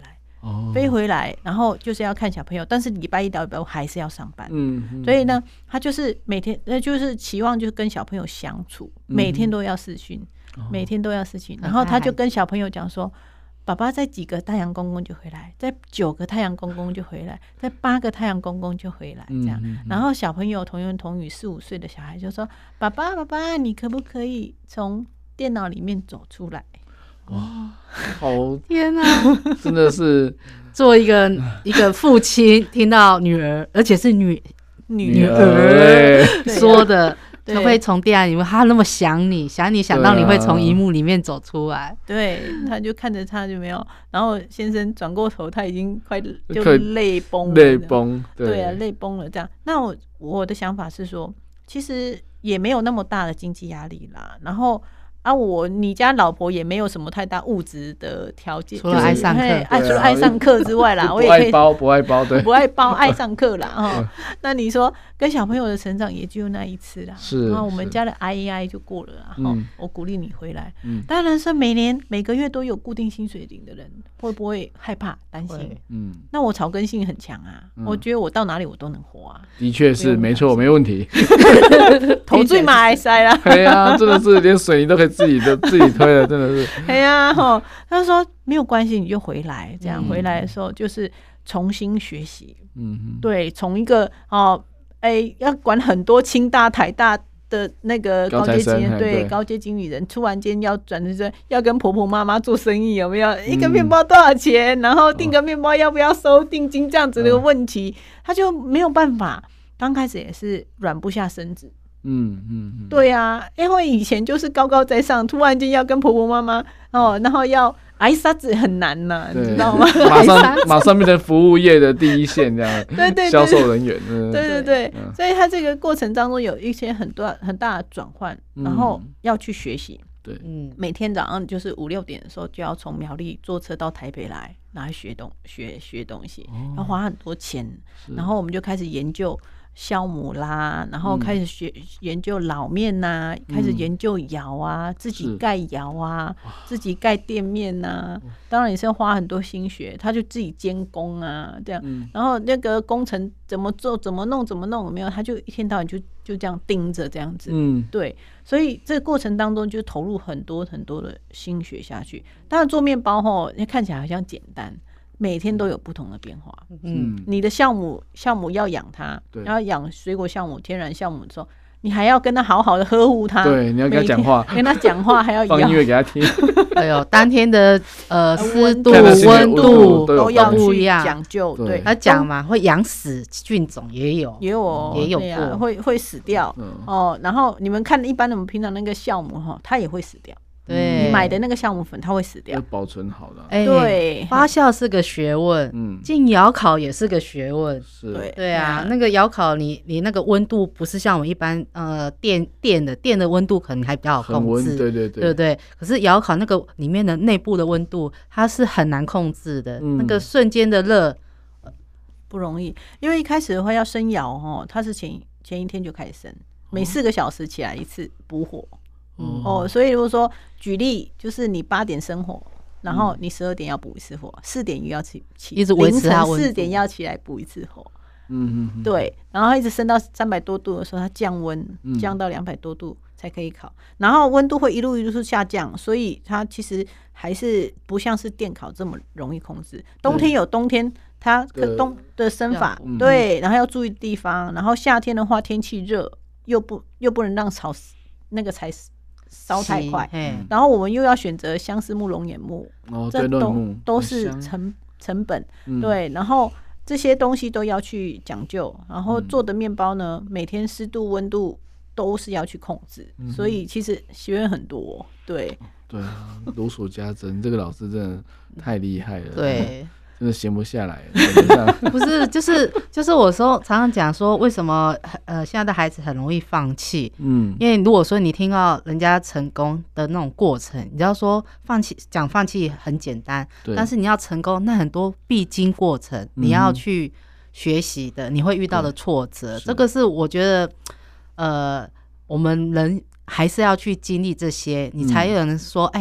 哦、飞回来，然后就是要看小朋友，但是礼拜一到礼拜五还是要上班。 嗯，嗯所以呢，他就是每天，那就是期望就是跟小朋友相处，每天都要视讯，嗯、每天都要视讯，然后他就跟小朋友讲说。爸爸在几个太阳公公就回来，在九个太阳公公就回来，在八个太阳公公就回来，这样。嗯嗯嗯、然后小朋友同言同语，四五岁的小孩就说：“爸爸，爸爸，你可不可以从电脑里面走出来？” 哇，好天哪， 真的是做一个一个父亲听到女儿，而且是女女儿说的。就会从电脑里面，他那么想你，想你想到你会从荧幕里面走出来， 对，他就看着他就没有，然后先生转过头，他已经快就泪崩了， 泪崩， 对啊，泪崩了这样。那我我的想法是说，其实也没有那么大的经济压力啦，然后。啊，我你家老婆也没有什么太大物质的条件， 除了爱上课， 爱除了爱上课之外啦，我也可以不爱包，不爱包，对， 不爱包，爱上课啦哈。那你说跟小朋友的成长也就那一次啦， 是。 然后我们家的 I E I 就过了啦哈。我鼓励你回来。当然是每年每个月都有固定薪水领的人，会不会害怕担心？嗯，那我草根性很强啊，我觉得我到哪里我都能活啊。 的确是，没错，没问题。 头最马来塞啦， 对呀，真的是连水泥都可以。自己的自己推了，真的是。 哎呀，吼，他说没有关系，你就回来。这样、嗯、回来的时候就是重新学习。嗯，对，从一个哦，哎、欸，要管很多清大、台大的那个高阶经理，对高阶经理人，突然间要转成要跟婆婆妈妈做生意，有没有？一个面包多少钱？嗯、然后订个面包要不要收定金？这样子的问题，嗯、他就没有办法。刚开始也是软不下身子。 嗯嗯嗯， 对啊，因为以前就是高高在上，突然间要跟婆婆妈妈哦，然后要挨沙子很难呐、啊，你知道吗？ 马上马上变成服务业的第一线这样， 对对， 销售人员， 对对对，嗯、所以他这个过程当中有一些很多很大的转换，然后要去学习。 对， 嗯，每天早上就是五六点的时候就要从苗栗坐车到台北来，来学东学学东西，哦、要花很多钱，然后我们就开始研究。酵母啦，然后开始学、嗯、研究老面呐、啊，开始研究窑啊，嗯、自己盖窑啊，自己盖店面呐、啊，当然也是要花很多心血。他就自己监工啊，这样，嗯、然后那个工程怎么做、怎么弄、怎么弄，有没有？他就一天到晚就就这样盯着这样子，嗯，对。所以这个过程当中就投入很多很多的心血下去。当然做面包吼，看起来好像简单。每天都有不同的变化，嗯，你的酵母酵母要养它，然后养水果酵母、天然酵母的时候，你还要跟他好好的呵护它， 对，你要跟他讲话， 跟他讲话，还要放音乐给他听， 哎呦，当天的呃湿度、 温度都要不一样， 讲究，对， 他讲嘛，会养死菌种也有， 也有， 也有过，会会死掉哦。然后你们看，一般我们平常那个酵母哈，它也会死掉。 对， 你买的那个酵母粉它会死掉， 保存好的、啊欸。对，发酵是个学问，嗯，进窑烤也是个学问。 是， 对对啊，那个窑烤你你那个温度不是像我们一般呃电电的电的温度可能还比较好控制， 对对对， 对不对？可是窑烤那个里面的内部的温度它是很难控制的，嗯、那个瞬间的热不容易，因为一开始的话要生窑哦，它是前前一天就开始生，每四个小时起来一次补火。嗯、哦，所以如果说举例，就是你八点生火，然后你十二点要补一次火，四点又要起起， 一直维持它温度， 四点要起来补一次火。嗯嗯，对，然后一直升到三百多度的时候，它降温，降到两百多度才可以烤。然后温度会一路一路下降，所以它其实还是不像是电烤这么容易控制。冬天有冬天它冬的生法，对，然后要注意地方。然后夏天的话，天气热，又不又不能让草那个柴烧太快，然后我们又要选择相思木、龙眼木， 哦、 这都都是成成本，嗯、对，然后这些东西都要去讲究，然后做的面包呢，嗯、每天湿度、温度都是要去控制，嗯、所以其实学问很多，对， 对啊，如数家珍，这个老师真的太厉害了， 对。 真的闲不下来， 不是，就是就是我说常常讲说，为什么呃现在的孩子很容易放弃？嗯，因为如果说你听到人家成功的那种过程，你要说放弃，讲放弃很简单，但是你要成功，那很多必经过程，你要去学习的，你会遇到的挫折，这个是我觉得呃我们人还是要去经历这些，你才有人说，哎、欸。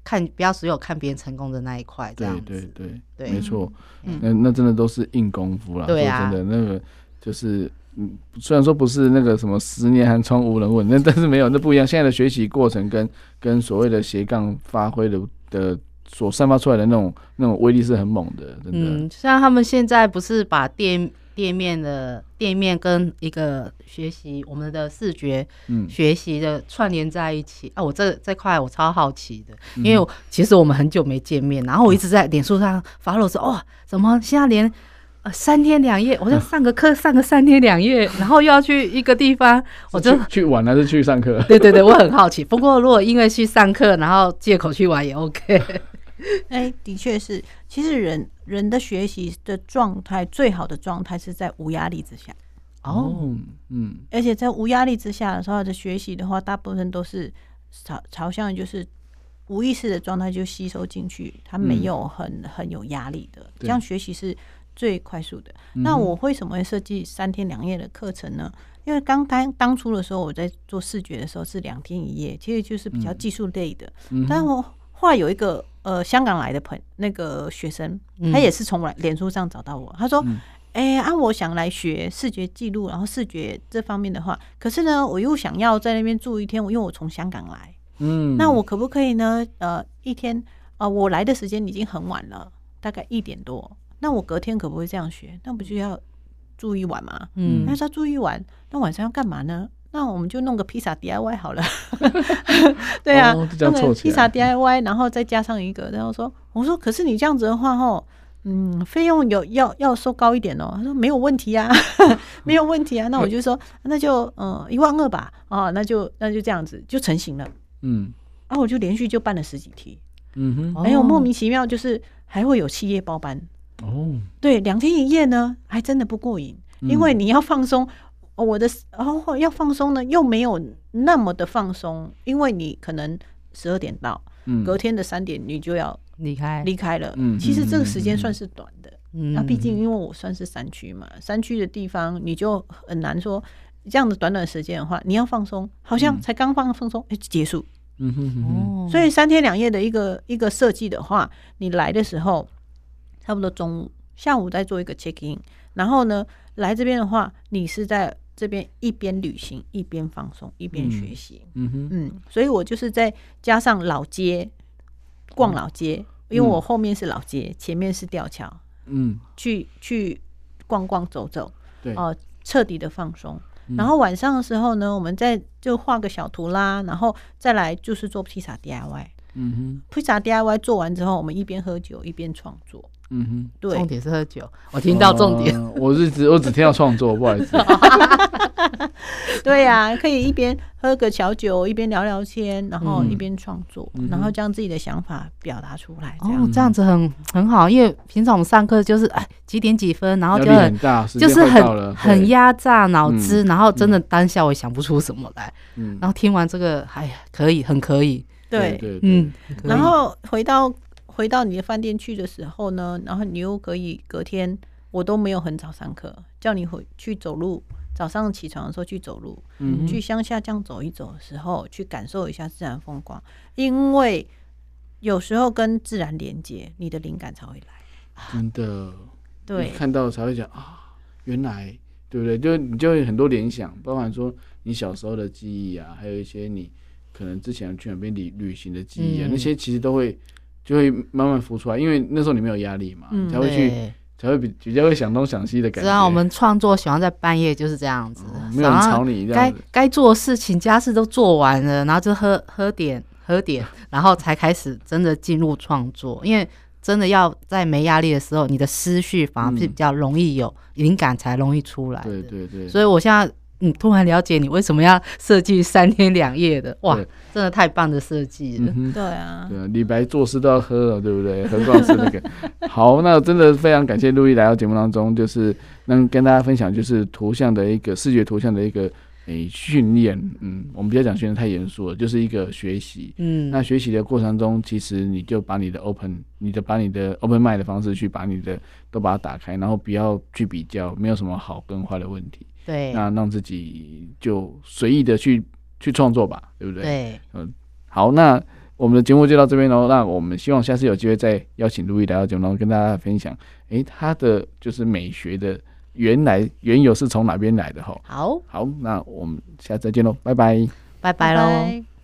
看不要只有看别人成功的那一块，这样子。 对对对， 对没错， 嗯、 那那真的都是硬功夫啦。 对啊， 说真的，那个就是嗯，虽然说不是那个什么十年寒窗无人问，那但是没有，那不一样。现在的学习过程跟跟所谓的斜杠发挥的的所散发出来的那种那种威力是很猛的，真的。 嗯，像他们现在不是把店店面的店面跟一个学习我们的视觉学习的串联在一起、嗯、啊！我这这块我超好奇的，因为我、嗯、其实我们很久没见面，然后我一直在脸书上发了说，哇、哦，怎么现在连呃三天两夜，我在上个课上个三天两夜，然后又要去一个地方，我就去, 去玩还是去上课？ 对对对，我很好奇。不过如果因为去上课，然后借口去玩也 OK。 哎、欸，的确是，其实人人的学习的状态，最好的状态是在无压力之下。 哦，嗯， 而且在无压力之下的时候的学习的话，大部分都是朝朝向就是无意识的状态就吸收进去，它没有很很有压力的，这样学习是最快速的。那我为什么会设计三天两夜的课程呢？因为刚当当初的时候，我在做视觉的时候是两天一夜，其实就是比较技术类的。嗯、但我后来有一个呃香港来的朋那个学生，他也是从脸书上找到我，他说：“哎、嗯欸，啊，我想来学视觉记录，然后视觉这方面的话，可是呢，我又想要在那边住一天，因为我从香港来，嗯，那我可不可以呢？呃，一天呃，我来的时间已经很晚了，大概一点多，那我隔天可不可以这样学？那不就要住一晚吗？嗯，那他住一晚，那晚上要干嘛呢？”那我们就弄个披萨 D I Y 好了，对啊， 哦、弄个披萨 D I Y， 然后再加上一个，然后说，我说可是你这样子的话，吼，嗯，费用有要要收高一点哦。他说没有问题啊，没有问题啊。那我就说，那就嗯一万二吧，哦，那就那就这样子就成型了，嗯，然后我就连续就办了十几题，嗯哼，还有莫名其妙就是还会有企业包班，哦，对，两天一夜呢，还真的不过瘾，因为你要放松。哦、我的哦要放松呢，又没有那么的放松，因为你可能十二点到、嗯，隔天的三点你就要离开离开了。嗯，其实这个时间算是短的。嗯，那毕竟因为我算是山区嘛，山区的地方你就很难说这样的短短的时间的话，你要放松，好像才刚放放松，哎、嗯欸，结束。嗯哼哼哼。所以三天两夜的一个一个设计的话，你来的时候差不多中午、下午再做一个 check in， 然后呢来这边的话，你是在这边一边旅行一边放松一边学习，嗯哼，嗯，所以我就是再加上老街逛老街、嗯，因为我后面是老街，前面是吊桥，嗯，去去逛逛走走，对，哦、呃，彻底的放松、嗯。然后晚上的时候呢，我们再就画个小图啦，然后再来就是做披萨 D I Y， 嗯哼，披萨 D I Y 做完之后，我们一边喝酒一边创作。嗯哼，对， 重点是喝酒，我听到重点， 呃、我是只我只听到创作，不好意思。 对呀、啊，可以一边喝个小酒，一边聊聊天，然后一边创作、嗯，然后将自己的想法表达出来。这样哦，这样子很很好，因为平常我们上课就是哎几点几分，然后就很, 很大就是很很压榨脑子、嗯，然后真的当下我想不出什么来。嗯，然后听完这个，哎呀，可以，很可以。 对， 对对嗯，然后回到。回到你的饭店去的时候呢，然后你又可以隔天，我都没有很早上课，叫你回去走路，早上起床的时候去走路，嗯，去乡下这样走一走的时候，去感受一下自然风光，因为有时候跟自然连接，你的灵感才会来。 真的， 对， 看到才会讲啊，原来对不对？就你就会很多联想，包含说你小时候的记忆啊，还有一些你可能之前去那边旅旅行的记忆啊、嗯，那些其实都会。就会慢慢浮出来，因为那时候你没有压力嘛，嗯、才会去，才会比比较会想东想西的感觉。 知道我们创作喜欢在半夜就是这样子， 哦、没有人吵你这样子， 该该做的事情家事都做完了，然后就喝喝点喝点，然后才开始真的进入创作。因为真的要在没压力的时候，你的思绪反而是比较容易有灵感，才容易出来的。 对对对。 所以我现在。嗯，突然了解你为什么要设计三天两夜的，哇，真的太棒的设计了、 嗯。对啊， 对啊，李白作诗都要喝了，对不对？何况是那个。好，那真的非常感谢陆毅来到节目当中，就是能跟大家分享，就是图像的一个视觉图像的一个诶训练。嗯，我们不要讲训练太严肃了，就是一个学习。嗯，那学习的过程中，其实你就把你的 open， 你的把你的 open mind 的方式去把你的都把它打开，然后不要去比较，没有什么好跟坏的问题。 对， 那让自己就随意的去去创作吧，对不对？ 对， 嗯，好，那我们的节目就到这边喽。那我们希望下次有机会再邀请路易来到节目当中跟大家分享，哎、欸，他的就是美学的原来缘由是从哪边来的哈？ 好， 好，那我们下次再见喽，拜拜， 拜拜喽。